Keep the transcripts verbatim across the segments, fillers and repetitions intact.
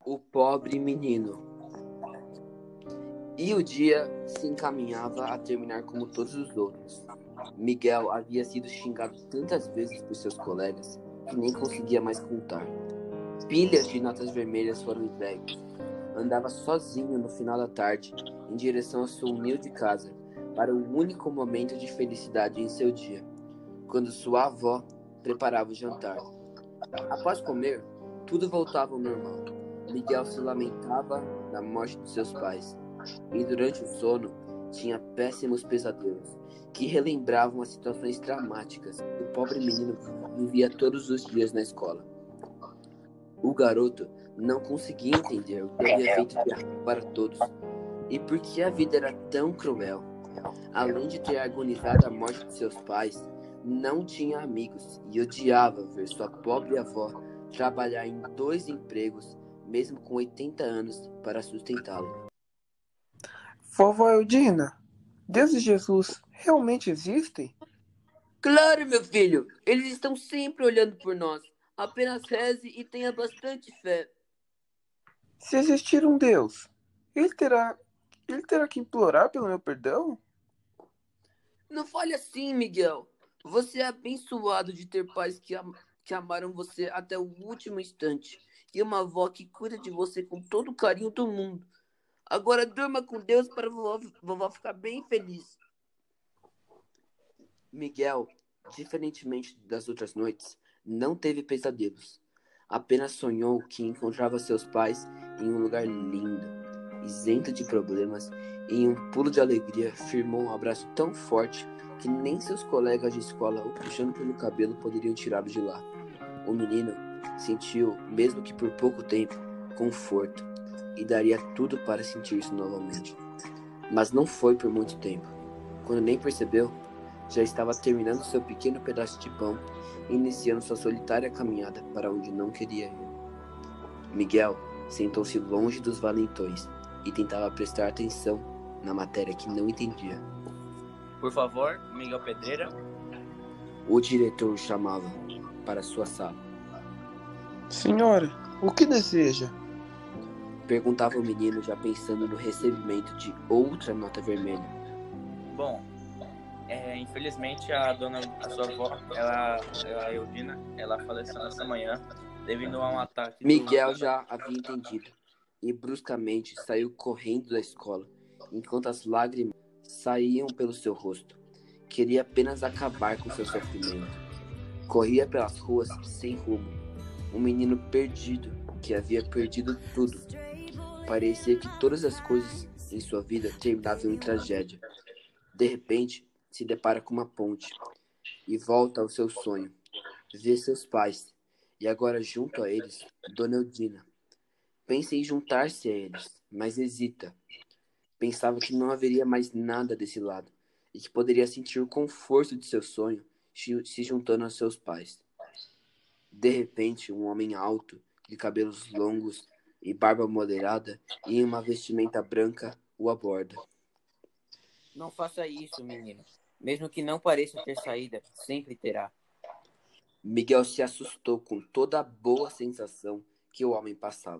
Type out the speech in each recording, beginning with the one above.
O pobre menino. E o dia se encaminhava a terminar como todos os outros. Miguel havia sido xingado tantas vezes por seus colegas que nem conseguia mais contar. Pilhas de notas vermelhas foram entregues. Andava sozinho no final da tarde, em direção à sua humilde casa, para o único momento de felicidade em seu dia, quando sua avó preparava o jantar. Após comer, tudo voltava ao normal. Miguel se lamentava da morte de seus pais, e durante o sono tinha péssimos pesadelos, que relembravam as situações dramáticas que o pobre menino vivia todos os dias na escola. O garoto não conseguia entender o que havia feito de errado para todos, e por que a vida era tão cruel. Além de ter agonizado a morte de seus pais, não tinha amigos e odiava ver sua pobre avó trabalhar em dois empregos, mesmo com oitenta anos, para sustentá-lo. Vovó Eudina, Deus e Jesus realmente existem? Claro, meu filho, eles estão sempre olhando por nós. Apenas reze e tenha bastante fé. Se existir um Deus, ele terá, ele terá que implorar pelo meu perdão? Não fale assim, Miguel. Você é abençoado de ter pais que, am- que amaram você até o último instante e uma avó que cuida de você com todo o carinho do mundo. Agora durma com Deus para a vovó, vovó ficar bem feliz. Miguel, diferentemente das outras noites, não teve pesadelos. Apenas sonhou que encontrava seus pais em um lugar lindo, isento de problemas, e em um pulo de alegria firmou um abraço tão forte que nem seus colegas de escola o puxando pelo cabelo poderiam tirá-lo de lá. O menino sentiu, mesmo que por pouco tempo, conforto, e daria tudo para sentir isso novamente. Mas não foi por muito tempo. Quando nem percebeu, já estava terminando seu pequeno pedaço de pão e iniciando sua solitária caminhada para onde não queria ir. Miguel sentou-se longe dos valentões e tentava prestar atenção na matéria que não entendia. Por favor, Miguel Pedreira. O diretor o chamava para sua sala. Senhora, o que deseja? Perguntava o menino, já pensando no recebimento de outra nota vermelha. Bom, é, infelizmente a dona, a sua avó, ela, ela, a Eudina, ela faleceu nessa manhã devido a um ataque. Miguel do... já havia entendido e bruscamente saiu correndo da escola, enquanto as lágrimas saíam pelo seu rosto. Queria apenas acabar com seu sofrimento. Corria pelas ruas sem rumo, um menino perdido que havia perdido tudo. Parecia que todas as coisas em sua vida terminavam em tragédia. De repente, se depara com uma ponte e volta ao seu sonho. Vê seus pais e agora junto a eles, Dona Eudina. Pensa em juntar-se a eles, mas hesita. Pensava que não haveria mais nada desse lado e que poderia sentir o conforto de seu sonho se juntando aos seus pais. De repente, um homem alto, de cabelos longos e barba moderada, e em uma vestimenta branca, o aborda. Não faça isso, menino. Mesmo que não pareça ter saída, sempre terá. Miguel se assustou com toda a boa sensação que o homem passava.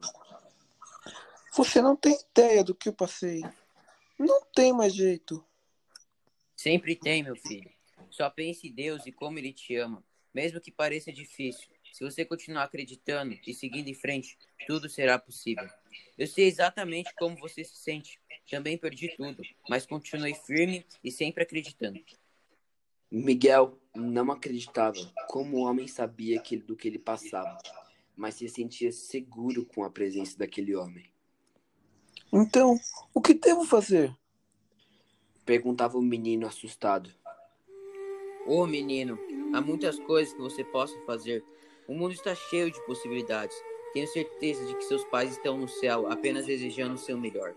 Você não tem ideia do que eu passei. Não tem mais jeito. Sempre tem, meu filho. Só pense em Deus e como Ele te ama. Mesmo que pareça difícil, se você continuar acreditando e seguindo em frente, tudo será possível. Eu sei exatamente como você se sente. Também perdi tudo, mas continuei firme e sempre acreditando. Miguel não acreditava como o homem sabia que, do que ele passava, mas se sentia seguro com a presença daquele homem. Então, o que devo fazer? Perguntava o menino assustado. Ô, oh, menino, há muitas coisas que você possa fazer. O mundo está cheio de possibilidades. Tenho certeza de que seus pais estão no céu apenas desejando o seu melhor.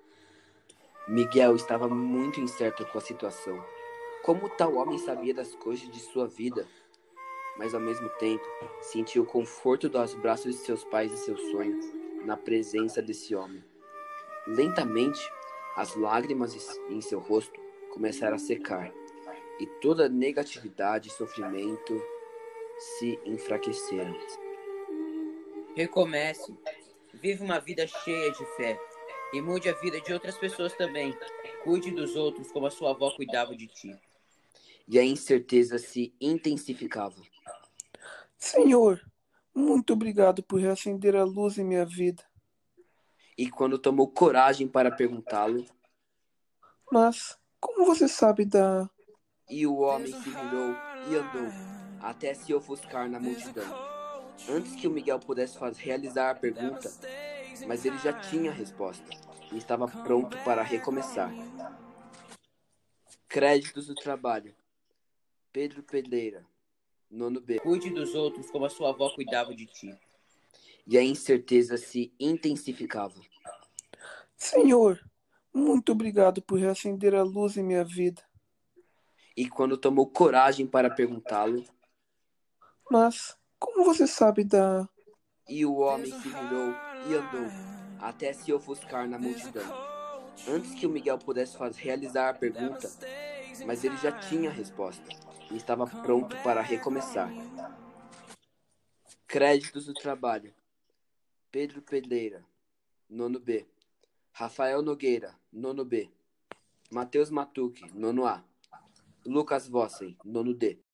Miguel estava muito incerto com a situação. Como tal homem sabia das coisas de sua vida? Mas ao mesmo tempo, sentia o conforto dos braços de seus pais e seu sonho na presença desse homem. Lentamente, as lágrimas em seu rosto começaram a secar e toda negatividade e sofrimento se enfraqueceram. Recomece. Viva uma vida cheia de fé e mude a vida de outras pessoas também. Cuide dos outros como a sua avó cuidava de ti. E a incerteza se intensificava. Senhor, muito obrigado por reacender a luz em minha vida. E quando tomou coragem para perguntá-lo, Mas como você sabe da... e o homem se virou e andou, até se ofuscar na multidão. Antes que o Miguel pudesse faz- realizar a pergunta, mas ele já tinha a resposta e estava pronto para recomeçar. Créditos do trabalho. Pedro Pedreira, nono B. Cuide dos outros como a sua avó cuidava de ti. E a incerteza se intensificava. Senhor, muito obrigado por reacender a luz em minha vida. E quando tomou coragem para perguntá-lo, Mas como você sabe da... e o homem se virou e andou, até se ofuscar na multidão. Antes que o Miguel pudesse faz- realizar a pergunta, mas ele já tinha a resposta e estava pronto para recomeçar. Créditos do trabalho. Pedro Pedreira, nono B. Rafael Nogueira, nono B. Matheus Matuque, nono A. Lucas Vossen, nono D.